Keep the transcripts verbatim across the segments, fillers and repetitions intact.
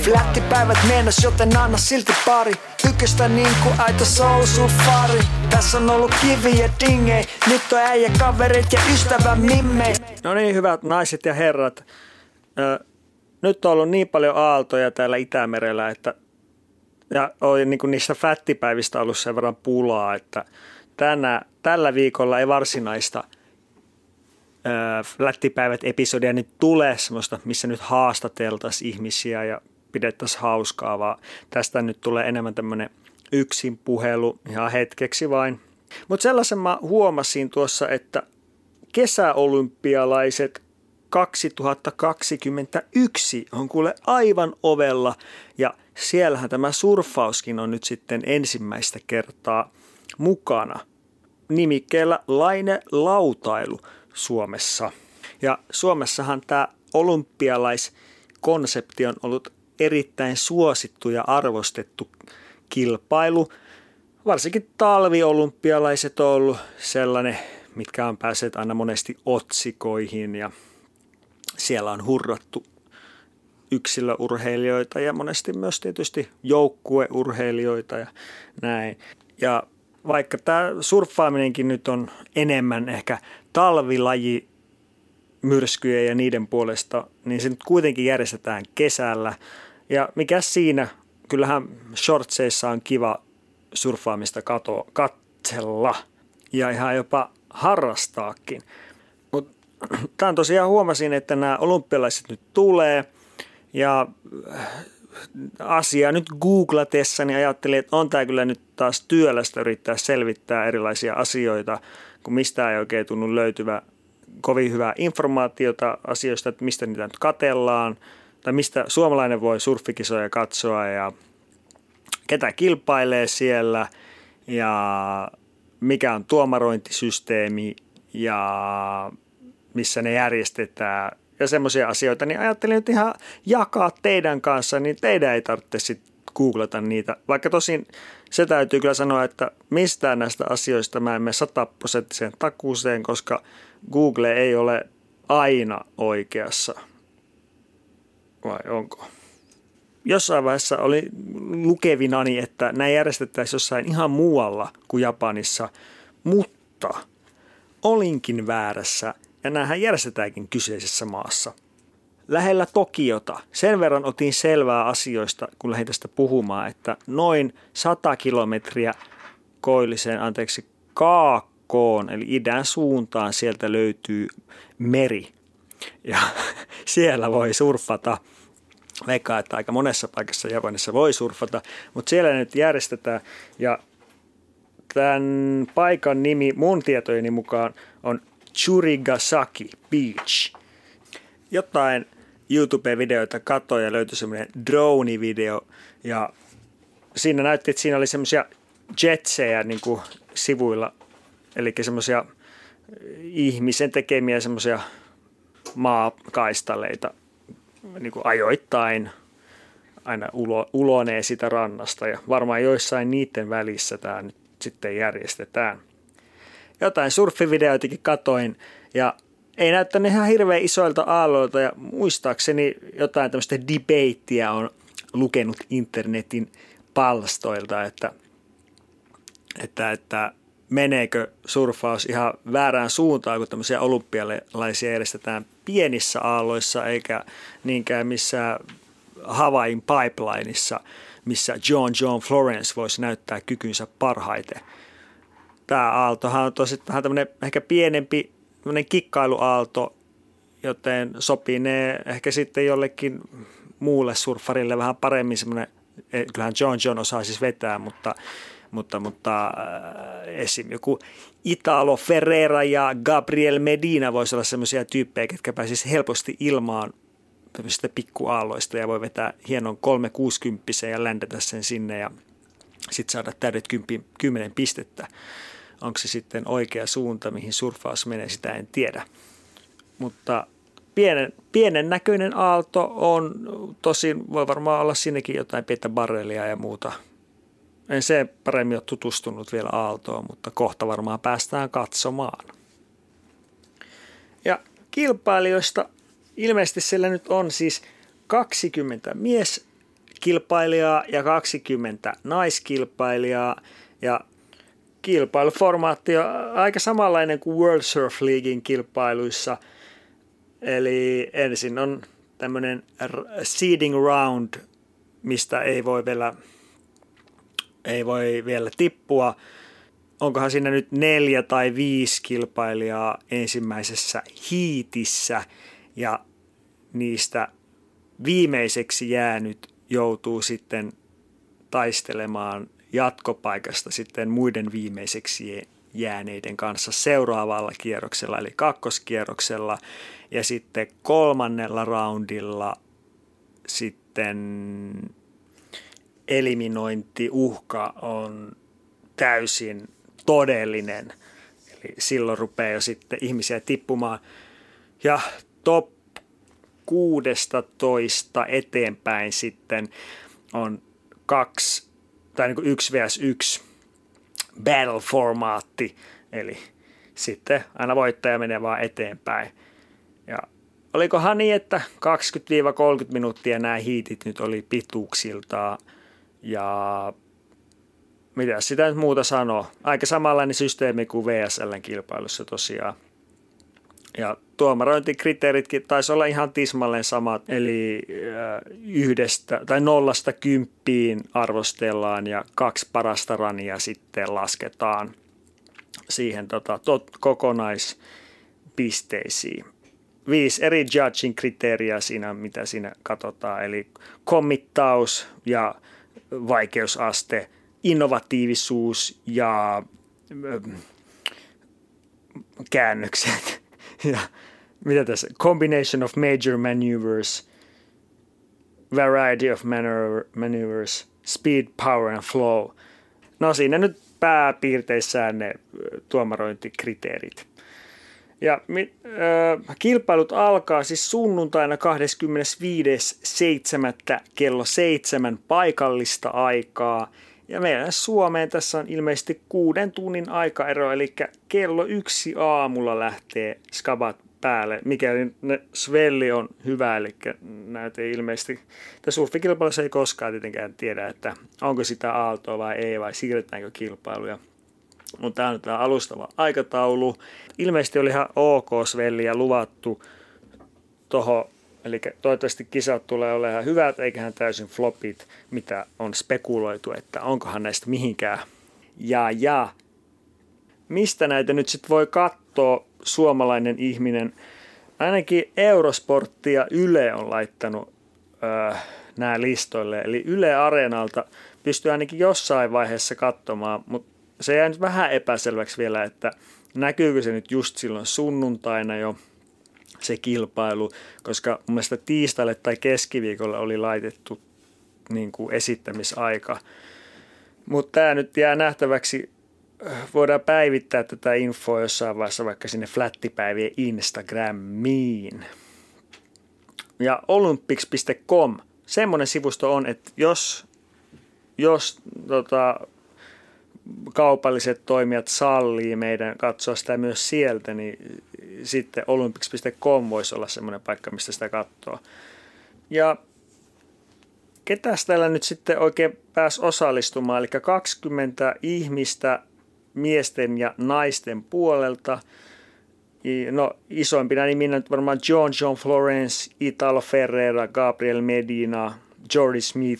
Flättipäivät mennäs, joten anna silti pari. Ykköstä niinku aito soul-sufari. Tässä on ollut kivi ja dingei. Nyt on äijä, kaverit ja ystävä mimmei. No niin, hyvät naiset ja herrat. Ö, nyt on ollut niin paljon aaltoja täällä Itämerellä, että ja oli niinku niistä flättipäivistä ollut sen verran pulaa, että tänä, tällä viikolla ei varsinaista Flättipäivät-episodia nyt tulee semmoista, missä nyt haastateltaisiin ihmisiä ja pidettäisiin hauskaa, vaan tästä nyt tulee enemmän tämmöinen yksin puhelu ihan hetkeksi vain. Mutta sellaisen mä huomasin tuossa, että kesäolympialaiset kaksituhattakaksikymmentäyksi on kuule aivan ovella ja siellähän tämä surffauskin on nyt sitten ensimmäistä kertaa mukana nimikkeellä Laine Lautailu Suomessa. Ja Suomessahan tämä olympialaiskonsepti on ollut erittäin suosittu ja arvostettu kilpailu. Varsinkin talviolympialaiset on ollut sellainen, mitkä on päässeet aina monesti otsikoihin ja siellä on hurrattu yksilöurheilijoita ja monesti myös tietysti joukkueurheilijoita ja näin. Ja vaikka tämä surffaaminenkin nyt on enemmän ehkä talvilaji myrskyjä ja niiden puolesta, niin se nyt kuitenkin järjestetään kesällä. Ja mikä siinä, kyllähän shortseissa on kiva surffaamista kato, katsella ja ihan jopa harrastaakin. Mutta tämän tosiaan huomasin, että nämä olympialaiset nyt tulee ja asiaa nyt googlatessani ajattelin, että on tämä kyllä nyt taas työlästä yrittää selvittää erilaisia asioita, kun mistään ei oikein tunnu löytyvä kovin hyvää informaatiota asioista, että mistä niitä nyt katellaan, tai mistä suomalainen voi surfikisoja katsoa ja ketä kilpailee siellä ja mikä on tuomarointisysteemi ja missä ne järjestetään ja semmoisia asioita, niin ajattelin nyt ihan jakaa teidän kanssa, niin teidän ei tarvitse sitten googlata niitä. Vaikka tosin se täytyy kyllä sanoa, että mistään näistä asioista mä en mene sataprosenttiseen takuuseen, koska Google ei ole aina oikeassa. Vai onko? Jossain vaiheessa oli lukevinani, että nämä järjestettäisiin jossain ihan muualla kuin Japanissa, mutta olinkin väärässä. Ja näähän järjestetäänkin kyseisessä maassa. Lähellä Tokiota. Sen verran otin selvää asioista, kun lähdin tästä puhumaan, että noin sata kilometriä koilliseen, anteeksi, kaakkoon, eli idän suuntaan sieltä löytyy meri. Ja siellä voi surffata. Veikkaan, että aika monessa paikassa Japanissa voi surffata, mutta siellä nyt järjestetään. Ja tämän paikan nimi mun tietojeni mukaan on Churigasaki Beach. Jotain YouTube-videoita katsoin ja löytyi semmoinen drone-video ja siinä näytti, että siinä oli semmoisia jetsejä niin kuin sivuilla, eli semmoisia ihmisen tekemiä semmoisia maakaistaleita niin kuin ajoittain aina ulo, ulonee sitä rannasta ja varmaan joissain niiden välissä tämä nyt sitten järjestetään. Jotain surfivideoitakin katoin ja ei näyttänyt ihan hirveän isoilta aalloilta ja muistaakseni jotain tämmöistä debateä on lukenut internetin palstoilta, että, että, että meneekö surffaus ihan väärään suuntaan, kun tämmöisiä olympialaisia järjestetään pienissä aalloissa eikä niinkään missään Hawaiin pipelineissa, missä John John Florence voisi näyttää kykynsä parhaiten. Tämä aaltohan on tosi vähän tämmöinen ehkä pienempi kikkailuaalto, joten sopii ne ehkä sitten jollekin muulle surffarille vähän paremmin semmoinen, kyllähän John John osaa siis vetää, mutta, mutta, mutta äh, esim. Joku Italo Ferreira ja Gabriel Medina voisi olla semmoisia tyyppejä, ketkä pääsisi helposti ilmaan tämmöisistä pikkuaalloista ja voi vetää hienon kolme kuusikymppisen ja ländätä sen sinne ja sitten saada täydet kymmenen pistettä. Onko se sitten oikea suunta, mihin surffaus menee, sitä en tiedä. Mutta pienen, pienen näköinen aalto on, tosin voi varmaan olla sinnekin jotain pientä barrelia ja muuta. En se paremmin ole tutustunut vielä aaltoon, mutta kohta varmaan päästään katsomaan. Ja kilpailijoista ilmeisesti siellä nyt on siis kaksikymmentä mies mieskilpailijaa ja kaksikymmentä naiskilpailijaa. Ja kilpailuformaatti on aika samanlainen kuin World Surf Leaguein kilpailuissa. Eli ensin on tämmöinen seeding round, mistä ei voi vielä, ei voi vielä tippua. Onkohan siinä nyt neljä tai viisi kilpailijaa ensimmäisessä hiitissä ja niistä viimeiseksi jäänyt joutuu sitten taistelemaan jatkopaikasta sitten muiden viimeiseksi jääneiden kanssa seuraavalla kierroksella eli kakkoskierroksella ja sitten kolmannella roundilla sitten eliminointiuhka on täysin todellinen. Eli silloin rupeaa jo sitten ihmisiä tippumaan. Ja top kuusitoista eteenpäin sitten on kaksi, tai niin kuin yksi versus yksi battle-formaatti. Eli sitten aina voittaja menee vaan eteenpäin. Ja olikohan niin, että kaksikymmentä kolmekymmentä minuuttia nämä hiitit nyt oli pituuksiltaan. Ja mitä sitä nyt muuta sanoo? Aika samanlainen systeemi kuin V S L-kilpailussa tosiaan. Ja tuomarointikriteeritkin taisi olla ihan tismalleen samat, eli yhdestä tai nollasta kymppiin arvostellaan ja kaksi parasta rania sitten lasketaan siihen tota, tot, kokonaispisteisiin. Viisi eri judging kriteeriä siinä, mitä siinä katsotaan, eli kommittaus ja vaikeusaste, innovatiivisuus ja ö, käännökset ja mitä tässä, combination of major maneuvers, variety of maneuvers, speed, power and flow. No siinä nyt pääpiirteissään ne tuomarointikriteerit. Ja äh, kilpailut alkaa siis sunnuntaina kahdeskymmenesviides seitsemättä kello seitsemän paikallista aikaa. Ja meidän Suomeen tässä on ilmeisesti kuuden tunnin aikaero, eli kello yksi aamulla lähtee skabat päälle, mikäli ne svelli on hyvä, eli näitä ei ilmeisesti, että surfikilpailussa ei koskaan tietenkään tiedä, että onko sitä aaltoa vai ei, vai siirretäänkö kilpailuja. Mutta tämä on tämä alustava aikataulu. Ilmeisesti oli ihan ok svelliä luvattu tuohon, eli toivottavasti kisat tulee olemaan ihan hyvät, eiköhän täysin flopit, mitä on spekuloitu, että onkohan näistä mihinkään. Ja ja, mistä näitä nyt sitten voi katsoa suomalainen ihminen? Ainakin Eurosportti ja Yle on laittanut öö, nämä listoille, eli Yle Areenalta pystyy ainakin jossain vaiheessa katsomaan, mutta se jää nyt vähän epäselväksi vielä, että näkyykö se nyt just silloin sunnuntaina jo se kilpailu, koska mun mielestä tiistaille tai keskiviikolle oli laitettu niin kuin esittämisaika. Mutta tämä nyt jää nähtäväksi, voidaan päivittää tätä infoa jossain vaiheessa vaikka sinne flättipäivien Instagramiin. Ja olympics piste com, semmoinen sivusto on, että jos, jos tota, kaupalliset toimijat sallii meidän katsoa sitä myös sieltä, niin sitten olympics piste com voisi olla semmoinen paikka, mistä sitä katsoo. Ja ketäs täällä nyt sitten oikein pääsi osallistumaan, eli kaksikymmentä ihmistä miesten ja naisten puolelta. No isoimpina niminä nyt varmaan John John Florence, Italo Ferreira, Gabriel Medina, Jordi Smith,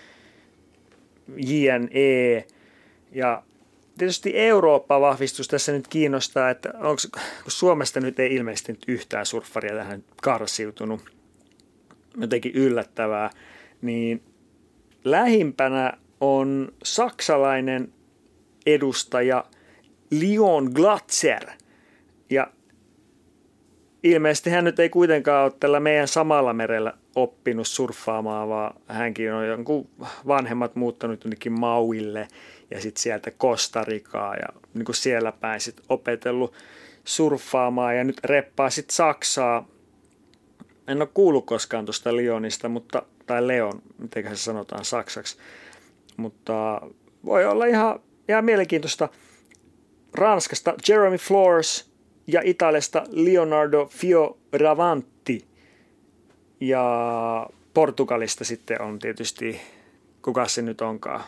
J N E. Ja tietysti Eurooppa-vahvistus tässä nyt kiinnostaa, että onko, kun Suomesta nyt ei ilmeisesti nyt yhtään surffaria tähän karsiutunut, jotenkin yllättävää, niin lähimpänä on saksalainen edustaja Leon Glatzer. Ja ilmeisesti hän nyt ei kuitenkaan ole tällä meidän samalla merellä oppinut surffaamaan, vaan hänkin on jonkun vanhemmat muuttanut jonnekin Mauille ja sitten sieltä Kostarikaa ja niin kuin siellä päin sitten opetellut surffaamaan ja nyt reppaa sitten Saksaa. En ole kuullut koskaan tuosta Leonista, mutta, tai Leon, miten se sanotaan saksaksi, mutta voi olla ihan, ihan mielenkiintoista. Ranskasta Jeremy Flores ja Italiasta Leonardo Fioravanti. Ja Portugalista sitten on tietysti, kuka se nyt onkaan.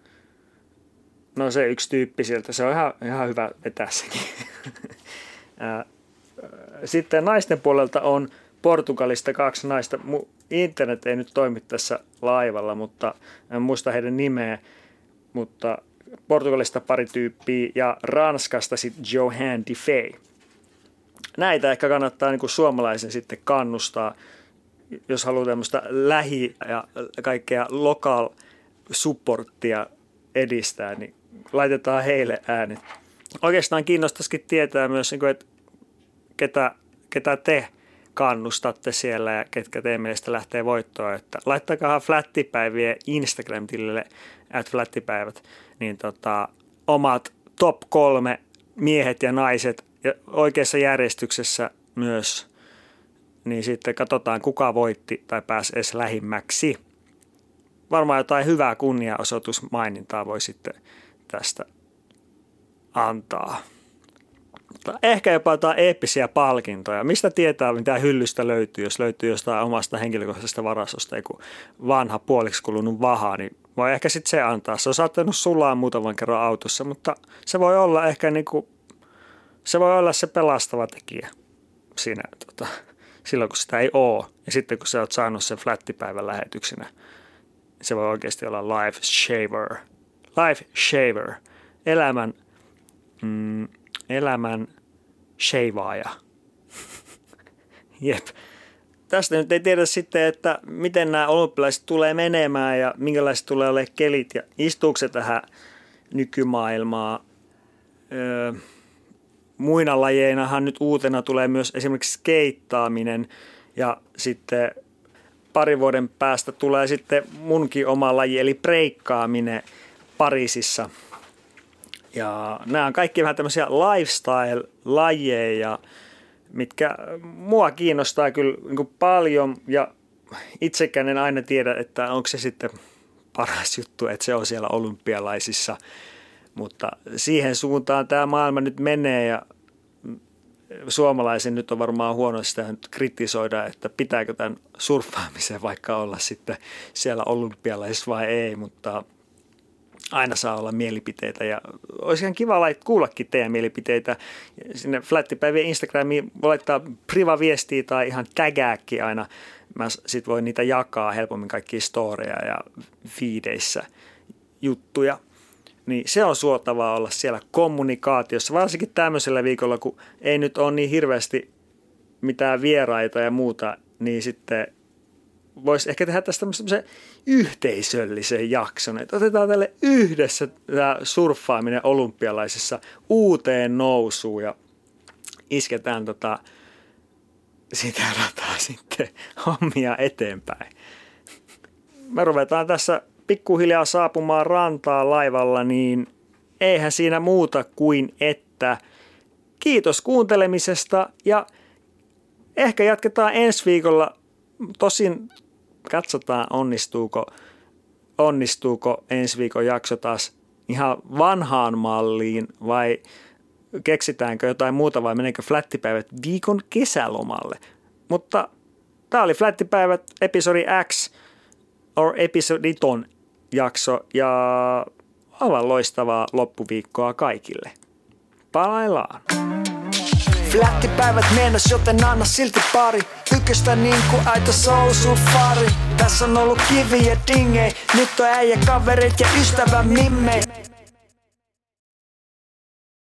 No se yksi tyyppi sieltä, se on ihan, ihan hyvä vetää sekin. Sitten naisten puolelta on Portugalista kaksi naista. Internet ei nyt toimi tässä laivalla, mutta en muista heidän nimeä, mutta Portugalista pari tyyppiä ja Ranskasta sitten Johanne Defay. Näitä ehkä kannattaa niin kuin suomalaisen sitten kannustaa, jos haluaa tämmöistä lähi- ja kaikkea local supporttia edistää, niin laitetaan heille äänet. Oikeastaan kiinnostaisikin tietää myös, että ketä, ketä te kannustatte siellä ja ketkä teidän mielestä lähtee voittoon. Että laittakaa Flättipäivien Instagram-tilille at flättipäivät, niin tota, omat top kolme miehet ja naiset ja oikeassa järjestyksessä myös, niin sitten katsotaan kuka voitti tai pääsi edes lähimmäksi. Varmaan jotain hyvää kunniaosoitusmainintaa voi sitten tästä antaa. Mutta ehkä jopa jotain eeppisiä palkintoja. Mistä tietää, mitä hyllystä löytyy, jos löytyy jostain omasta henkilökohtaisesta varastosta joku vanha puoliksi kulunut vaha, niin voi ehkä sitten se antaa. Se on saattanut sulaa muutaman kerran autossa, mutta se voi olla ehkä niinku, se voi olla se pelastava tekijä siinä, tota, silloin kun sitä ei ole. Ja sitten kun sä oot saanut sen flättipäivän lähetyksenä, se voi oikeasti olla life shaver. Life shaver. Elämän, mm, elämän shavaaja. Jep. Tästä nyt ei tiedä sitten, että miten nämä olympialaiset tulee menemään ja minkälaiset tulee olemaan kelit ja istuuko se tähän nykymaailmaan. Öö, muina lajeinahan nyt uutena tulee myös esimerkiksi skeittaaminen ja sitten parin vuoden päästä tulee sitten munkin oma laji, eli breikkaaminen Pariisissa. Ja nämä on kaikki vähän tämmöisiä lifestyle-lajeja, mitkä mua kiinnostaa kyllä niin kuin paljon. Ja itsekään en aina tiedä, että onko se sitten paras juttu, että se on siellä olympialaisissa. Mutta siihen suuntaan tämä maailma nyt menee ja suomalaisen nyt on varmaan huono sitä nyt kritisoida, että pitääkö tämän surffaamisen vaikka olla sitten siellä olympialaisissa vai ei, mutta aina saa olla mielipiteitä ja olisi ihan kiva kuullakin teidän mielipiteitä. Sinne Flättipäivien Instagramiin voi laittaa priva-viestiä tai ihan tägääkin aina. Mä sit voin niitä jakaa helpommin kaikkia storeja ja feedeissä juttuja. Niin se on suotavaa olla siellä kommunikaatiossa, varsinkin tämmöisellä viikolla, kun ei nyt ole niin hirveästi mitään vieraita ja muuta, niin sitten voisi ehkä tehdä tästä tämmöisen yhteisöllisen jakson, että otetaan tälle yhdessä tämä surffaaminen olympialaisissa uuteen nousuun ja isketään tota, sitä rataa sitten hommia eteenpäin. Me ruvetaan tässä pikkuhiljaa saapumaan rantaa laivalla, niin eihän siinä muuta kuin että kiitos kuuntelemisesta ja ehkä jatketaan ensi viikolla. Tosin katsotaan onnistuuko, onnistuuko ensi viikon jakso taas ihan vanhaan malliin vai keksitäänkö jotain muuta vai meneekö Flättipäivät viikon kesälomalle. Mutta tämä oli Flättipäivät episodi X or episoditon jakso ja aivan loistavaa loppuviikkoa kaikille. Palaillaan. Flättipäivät mennäs, joten anna silti pari. Ykköstä niinku aito soul-surfari. Tässä on ollut kiviä dingei. Nyt on äijä kaverit ja ystävä mimmei.